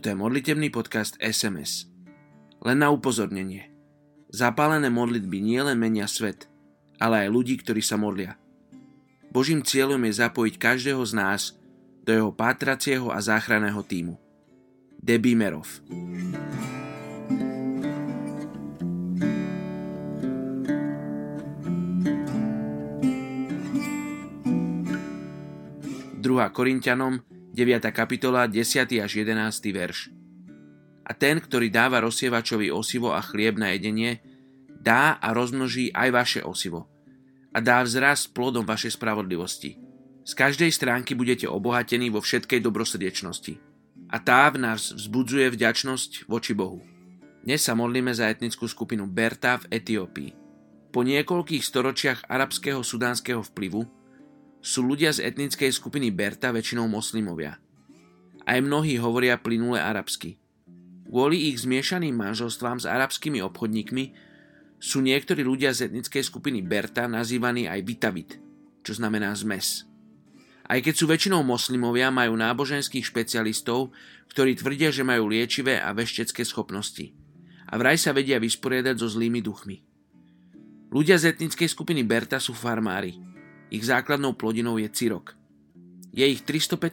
Toto je modlitebný podcast SMS. Len na upozornenie. Zapálené modlitby nielen menia svet, ale aj ľudí, ktorí sa modlia. Božím cieľom je zapojiť každého z nás do jeho pátracieho a záchranného tímu. Debbie Merov. Druhá Korinťanom 9. kapitola, 10. až 11. verš. A ten, ktorý dáva rozsievačovi osivo a chlieb na jedenie, dá a rozmnoží aj vaše osivo a dá vzrast plodom vašej spravodlivosti. Z každej stránky budete obohatení vo všetkej dobrosrdečnosti. A tá v nás vzbudzuje vďačnosť voči Bohu. Dnes sa modlíme za etnickú skupinu Berta v Etiópii. Po niekoľkých storočiach arabského sudánskeho vplyvu sú ľudia z etnickej skupiny Berta väčšinou moslimovia. Aj mnohí hovoria plynule arabsky. Kvôli ich zmiešaným manželstvám s arabskými obchodníkmi sú niektorí ľudia z etnickej skupiny Berta nazývaní aj Vitavit, čo znamená zmes. Aj keď sú väčšinou moslimovia, majú náboženských špecialistov, ktorí tvrdia, že majú liečivé a veštecké schopnosti. A vraj sa vedia vysporiadať so zlými duchmi. Ľudia z etnickej skupiny Berta sú farmári. Ich základnou plodinou je cirok. Je ich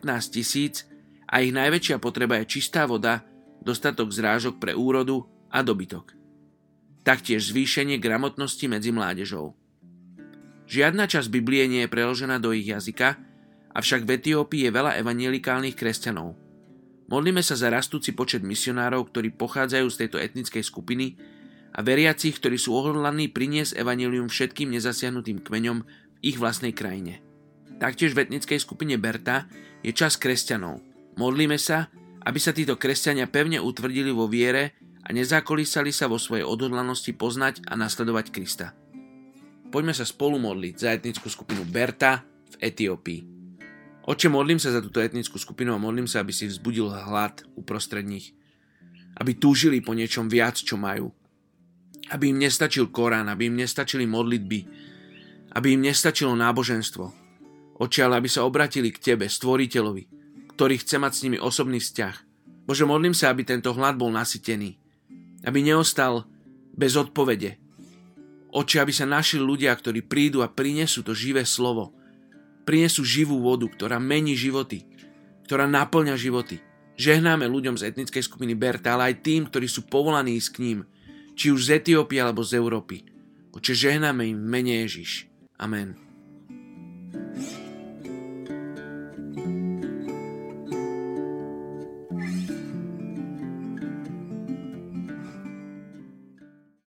315 000 a ich najväčšia potreba je čistá voda, dostatok zrážok pre úrodu a dobytok. Taktiež zvýšenie gramotnosti medzi mládežou. Žiadna časť Biblie nie je preložená do ich jazyka, avšak v Etiópii je veľa evanjelikálnych kresťanov. Modlíme sa za rastúci počet misionárov, ktorí pochádzajú z tejto etnickej skupiny a veriacich, ktorí sú odhodlaní priniesť evanjelium všetkým nezasiahnutým kmeňom ich vlastnej krajine. Taktiež v etnickej skupine Berta je časť kresťanov. Modlíme sa, aby sa títo kresťania pevne utvrdili vo viere a nezakolísali sa vo svojej odhodlanosti poznať a nasledovať Krista. Poďme sa spolu modliť za etnickú skupinu Berta v Etiópii. Otče, modlím sa za túto etnickú skupinu a modlím sa, aby si vzbudil hlad uprostred nich. Aby túžili po niečom viac, čo majú. Aby im nestačil Korán, aby im nestačili modlitby, aby im nestačilo náboženstvo. Oče, ale aby sa obratili k Tebe, Stvoriteľovi, ktorý chce mať s nimi osobný vzťah. Bože, modlím sa, aby tento hlad bol nasytený. Aby neostal bez odpovede. Oče, aby sa našli ľudia, ktorí prídu a prinesú to živé slovo. Prinesú živú vodu, ktorá mení životy, ktorá naplňa životy. Žehnáme ľuďom z etnickej skupiny Berta, ale aj tým, ktorí sú povolaní ísť k ním, či už z Etiópie alebo z Európy. Oče, žehnáme im v mene Ježiš. Amen.